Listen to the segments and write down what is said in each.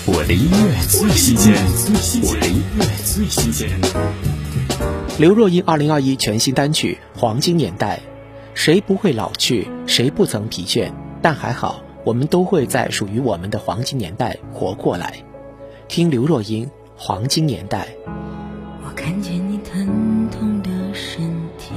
我的音乐最新鲜，我的音乐最新鲜。 刘若英2021全新单曲《黄金年代》，谁不会老去，谁不曾疲倦，但还好，我们都会在属于我们的黄金年代活过来。听刘若英《黄金年代》。 我看见你疼痛的身体，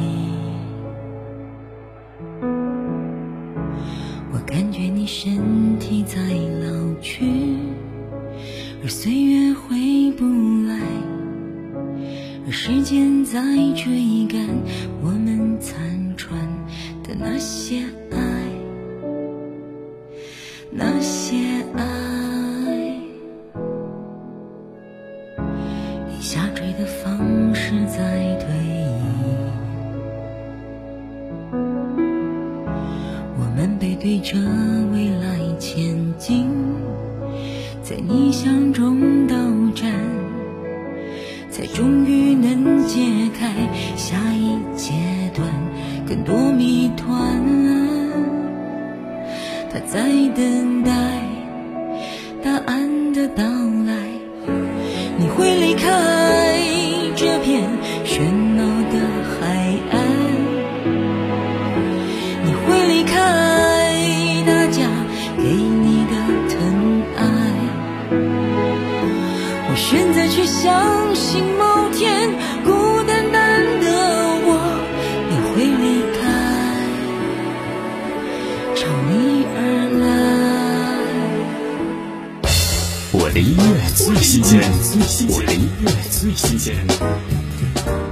我感觉你身体在老去，而岁月回不来，而时间在追赶我们残喘的那些爱，那些爱。以下坠的方式在推移，我们背对着未来前进，在逆向中斗战，才终于能解开下一阶段更多谜团。他在等待答案的到来，你会离开这片喧闹的海岸，你会离开大家给你的疼爱。我选择去相信某天孤单单的我也会离开，朝你而来。 我的音乐最新鲜，我的音乐最新鲜。